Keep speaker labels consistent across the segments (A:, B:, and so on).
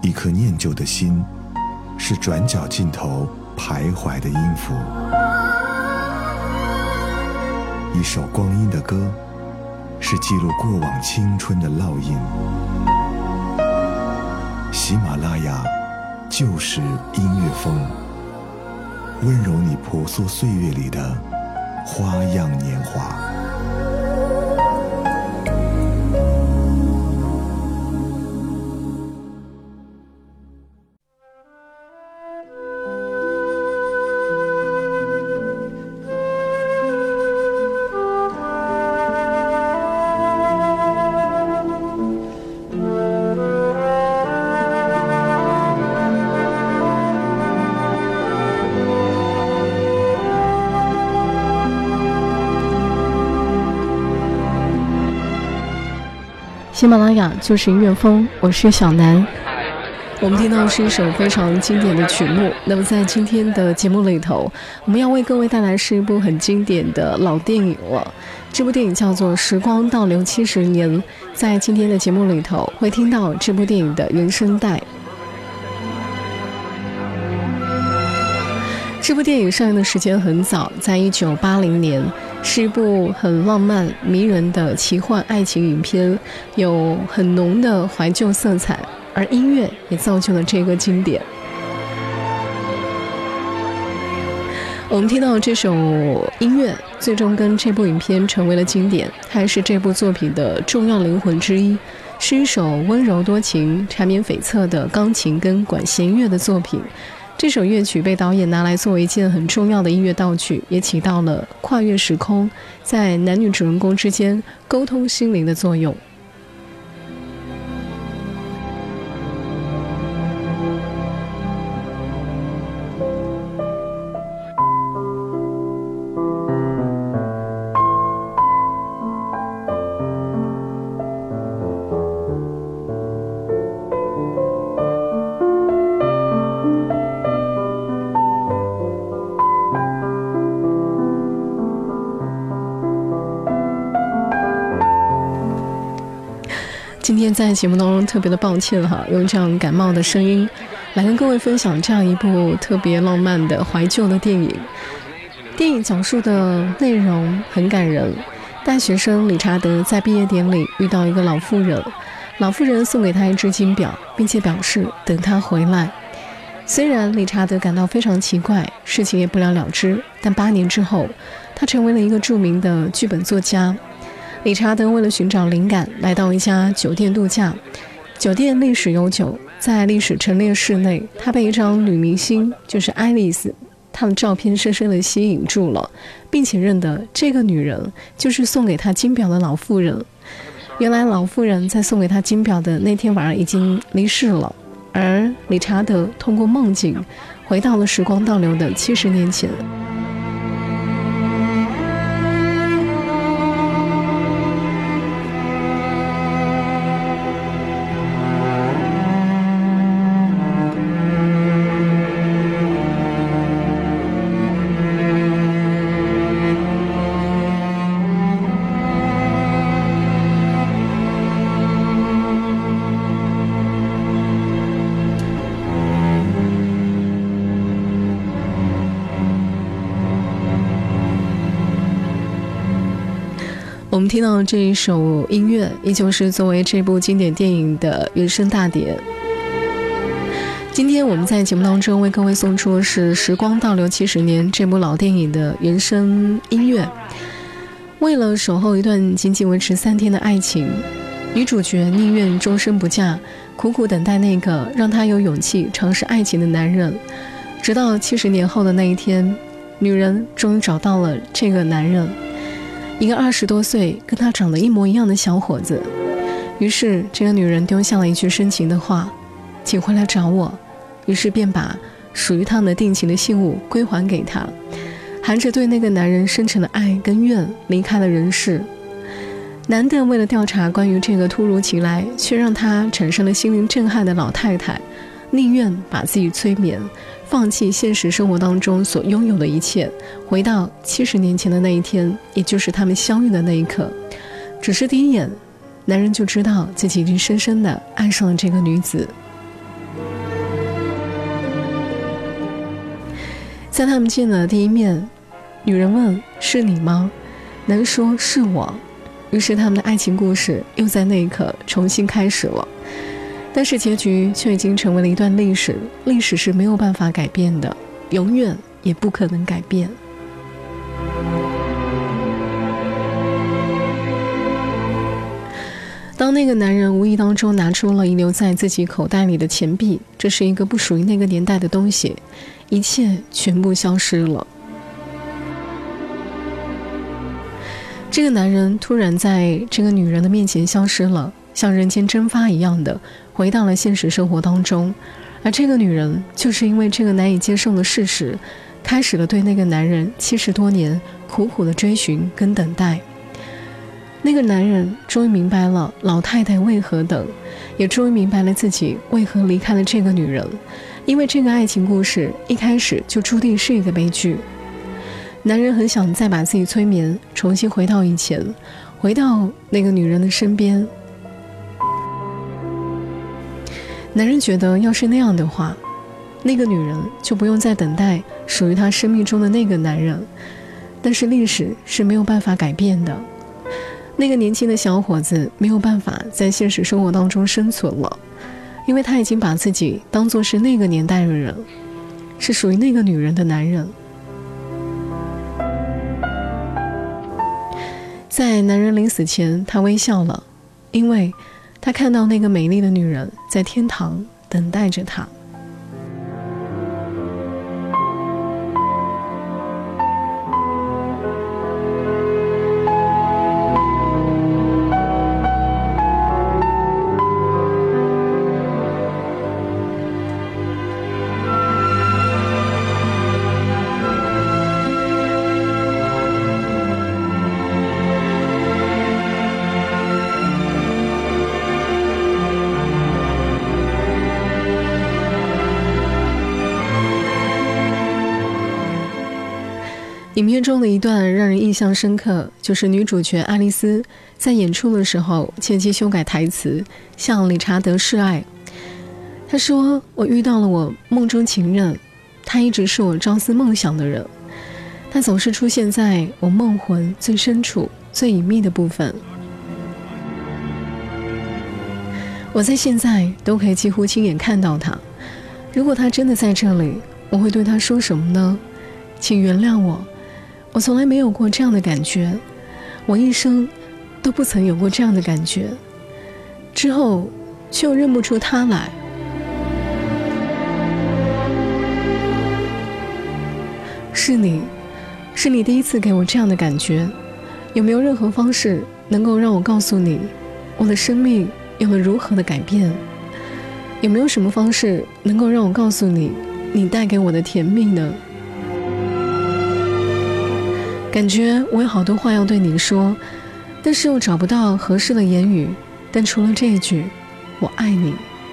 A: 一颗念旧的心，是转角尽头徘徊的音符。一首光阴的歌，是记录过往青春的烙印。喜马拉雅就是音乐风，温柔你婆娑岁月里的花样年华。
B: 喜马拉雅就是音乐风，我是小南。我们听到是一首非常经典的曲目。那么在今天的节目里头，我们要为各位带来是一部很经典的老电影了。这部电影叫做《时光倒流70年》。在今天的节目里头，会听到这部电影的原声带。这部电影上映的时间很早，在1980年，是一部很浪漫迷人的奇幻爱情影片，有很浓的怀旧色彩，而音乐也造就了这个经典。我们听到这首音乐最终跟这部影片成为了经典，它也是这部作品的重要灵魂之一，是一首温柔多情缠绵悱恻的钢琴跟管弦乐的作品。这首乐曲被导演拿来作为一件很重要的音乐道具，也起到了跨越时空，在男女主人公之间沟通心灵的作用。今天在节目当中特别的抱歉用这样感冒的声音来跟各位分享这样一部特别浪漫的怀旧的电影。电影讲述的内容很感人，大学生理查德在毕业典礼遇到一个老妇人，老妇人送给他一只金表，并且表示等他回来。虽然理查德感到非常奇怪，事情也不了了之，但8年之后，他成为了一个著名的剧本作家。理查德为了寻找灵感，来到一家酒店度假。酒店历史悠久，在历史陈列室内，他被一张女明星，就是爱丽丝，她的照片深深地吸引住了，并且认得这个女人就是送给他金表的老妇人。原来老妇人在送给他金表的那天晚上已经离世了，而理查德通过梦境回到了时光倒流的70年前。我们听到这一首音乐依旧是作为这部经典电影的原声大碟。今天我们在节目当中为各位送出的是《时光倒流70年》这部老电影的原声音乐。为了守候一段仅仅维持3天的爱情，女主角宁愿终身不嫁，苦苦等待那个让她有勇气尝试爱情的男人。直到70年后的那一天，女人终于找到了这个男人，一个20多岁跟她长得一模一样的小伙子。于是这个女人丢下了一句深情的话，请回来找我。于是便把属于他们定情的信物归还给他，含着对那个男人深沉的爱跟怨离开了人世。男的为了调查关于这个突如其来却让他产生了心灵震撼的老太太，宁愿把自己催眠，放弃现实生活当中所拥有的一切，回到70年前的那一天，也就是他们相遇的那一刻。只是第一眼，男人就知道自己已经深深地爱上了这个女子。 在他们见了第一面，女人问是你吗？男人说是我。于是他们的爱情故事又在那一刻重新开始了，但是结局却已经成为了一段历史，历史是没有办法改变的，永远也不可能改变。当那个男人无意当中拿出了遗留在自己口袋里的钱币，这是一个不属于那个年代的东西，一切全部消失了。这个男人突然在这个女人的面前消失了，像人间蒸发一样的回到了现实生活当中，而这个女人就是因为这个难以接受的事实，开始了对那个男人70多年苦苦的追寻跟等待。那个男人终于明白了老太太为何等，也终于明白了自己为何离开了这个女人，因为这个爱情故事一开始就注定是一个悲剧。男人很想再把自己催眠，重新回到以前，回到那个女人的身边。男人觉得要是那样的话，那个女人就不用再等待属于他生命中的那个男人。但是历史是没有办法改变的，那个年轻的小伙子没有办法在现实生活当中生存了，因为他已经把自己当作是那个年代的人，是属于那个女人的男人。在男人临死前，他微笑了，因为他看到那个美丽的女人在天堂等待着他。影片中的一段让人印象深刻，就是女主角爱丽丝在演出的时候借机修改台词，向理查德示爱。她说，我遇到了我梦中情人，他一直是我朝思梦想的人，他总是出现在我梦魂最深处最隐秘的部分，我在现在都可以几乎亲眼看到他。如果他真的在这里，我会对他说什么呢？请原谅我，我从来没有过这样的感觉，我一生都不曾有过这样的感觉，之后却又认不出他来。是你第一次给我这样的感觉，有没有任何方式能够让我告诉你，我的生命有了如何的改变？有没有什么方式能够让我告诉你，你带给我的甜蜜呢？感觉我有好多话要对你说，但是又找不到合适的言语，但除了这一句，我爱你。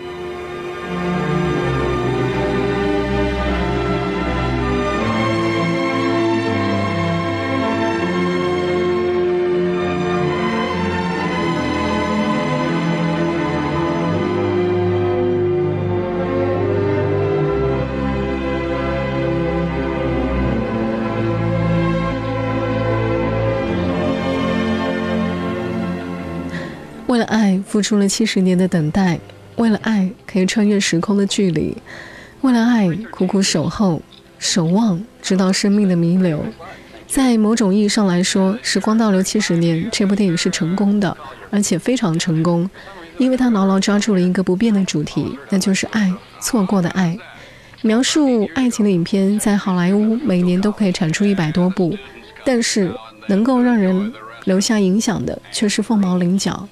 B: 为了爱付出了70年的等待，为了爱可以穿越时空的距离，为了爱苦苦守候守望，直到生命的弥留。在某种意义上来说，时光倒流70年这部电影是成功的，而且非常成功，因为它牢牢抓住了一个不变的主题，那就是爱，错过的爱。描述爱情的影片在好莱坞每年都可以产出100多部，但是能够让人留下影响的却是凤毛麟角。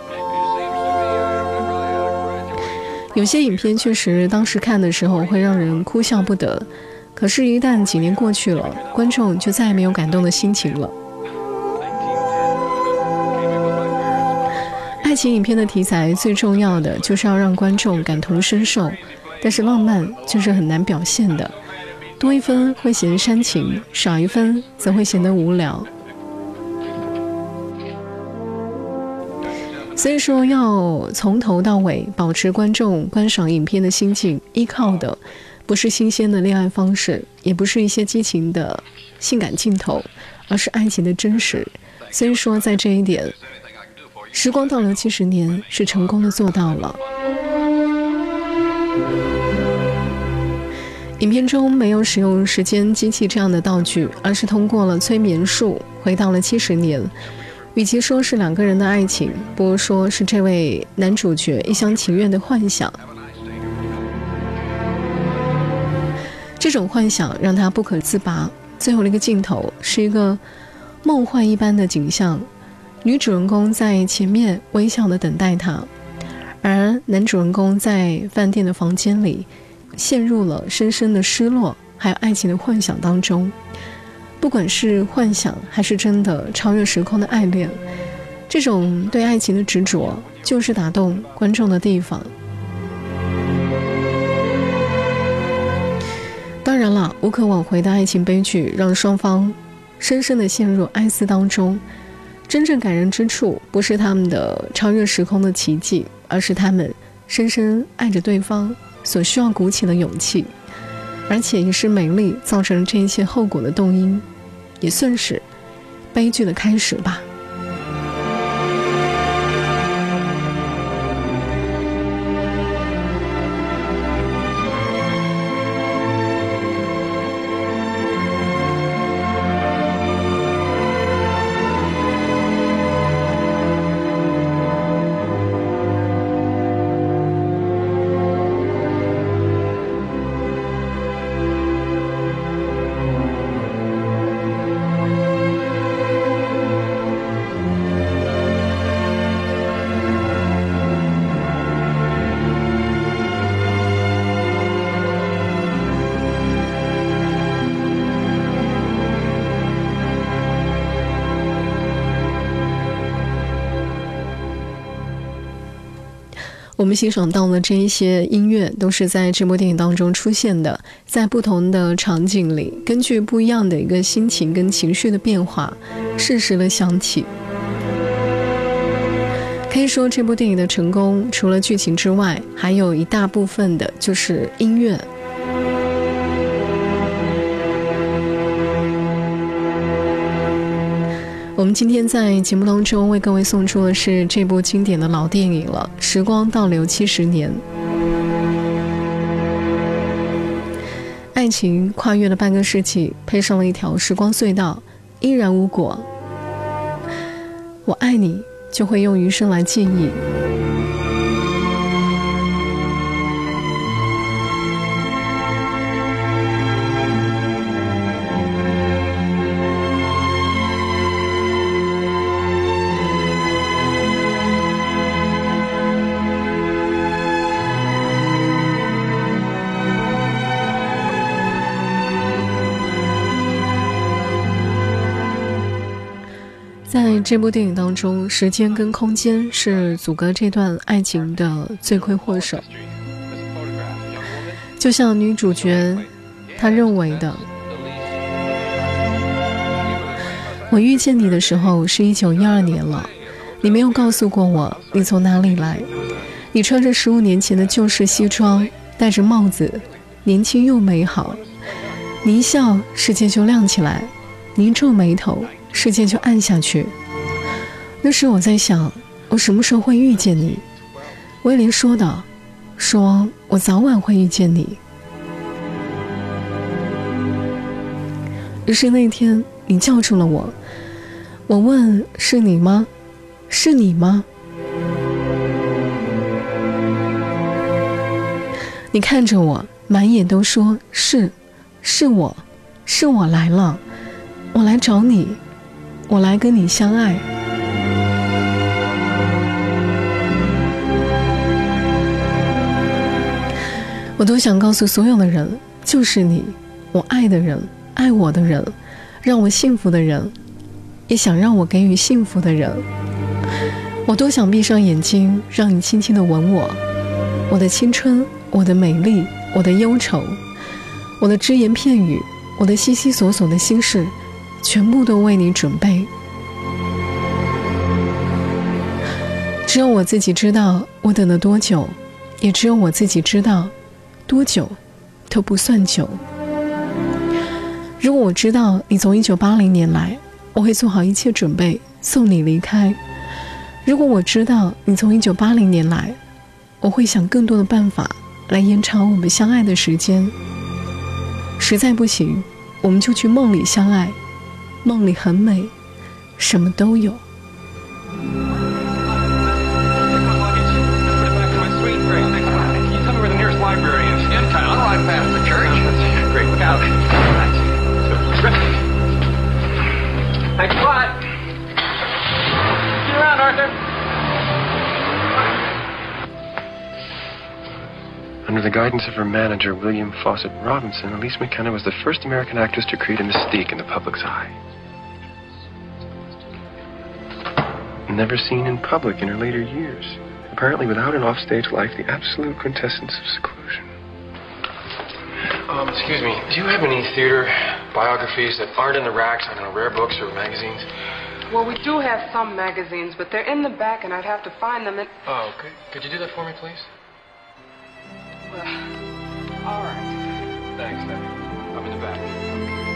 B: 有些影片确实当时看的时候会让人哭笑不得，可是一旦几年过去了，观众就再也没有感动的心情了。爱情影片的题材最重要的就是要让观众感同身受，但是浪漫就是很难表现的，多一分会显得煽情，少一分则会显得无聊。所以说，要从头到尾保持观众观赏影片的心境，依靠的不不是新鲜的恋爱方式，也不是一些激情的性感镜头，而是爱情的真实。所以说在这一点，时光倒流70年是成功的做到了。影片中没有使用时间机器这样的道具，而是通过了催眠术回到了70年。与其说是两个人的爱情，不如说是这位男主角一厢情愿的幻想。这种幻想让他不可自拔。最后的一个镜头是一个梦幻一般的景象，女主人公在前面微笑地等待他，而男主人公在饭店的房间里陷入了深深的失落还有爱情的幻想当中。不管是幻想还是真的超越时空的爱恋，这种对爱情的执着就是打动观众的地方。当然了，无可挽回的爱情悲剧让双方深深地陷入哀思当中。真正感人之处不是他们的超越时空的奇迹，而是他们深深爱着对方所需要鼓起的勇气，而且也是美丽造成这一切后果的动因，也算是悲剧的开始吧。我们欣赏到的这一些音乐都是在这部电影当中出现的，在不同的场景里，根据不一样的一个心情跟情绪的变化，适时的响起。可以说这部电影的成功，除了剧情之外，还有一大部分的就是音乐。我们今天在节目当中为各位送出的是这部经典的老电影了，《时光倒流70年》。爱情跨越了半个世纪，配上了一条时光隧道，依然无果。我爱你，就会用余生来记忆。在这部电影当中，时间跟空间是阻隔这段爱情的罪魁祸首。就像女主角她认为的，我遇见你的时候是1912年了，你没有告诉过我你从哪里来。你穿着15年前的旧式西装，戴着帽子，年轻又美好。你一笑，世界就亮起来；你一皱眉头，世界就暗下去。那时我在想，我什么时候会遇见你？威廉说道，说我早晚会遇见你。于是那天你叫住了我，我问，是你吗？是你吗？你看着我，满眼都说是我来了，我来找你，我来跟你相爱。我都想告诉所有的人，就是你，我爱的人，爱我的人，让我幸福的人，也想让我给予幸福的人。我多想闭上眼睛，让你轻轻地吻我，我的青春，我的美丽，我的忧愁，我的只言片语，我的悉悉索索的心事，全部都为你准备。只有我自己知道我等了多久，也只有我自己知道多久都不算久。如果我知道你从1980年来，我会做好一切准备送你离开。如果我知道你从1980年来，我会想更多的办法来延长我们相爱的时间。实在不行，我们就去梦里相爱，梦里很美，什么都有。
C: Thanks a lot. See you around, Arthur.
D: Under the guidance of her manager, William Fawcett Robinson, Elise McKenna was the first American actress to create a mystique in the public's eye. Never seen in public in her later years. Apparently without an offstage life, the absolute quintessence of seclusion. Excuse me, do you have any theater biographies that aren't in the racks, I don't know, rare books or magazines?
E: Well, we do have some magazines, but they're in the back, and I'd have to find them.
D: Oh, okay. Could you do that for me, please?
E: Well, all right.
D: Thanks, Debbie. I'm in the back.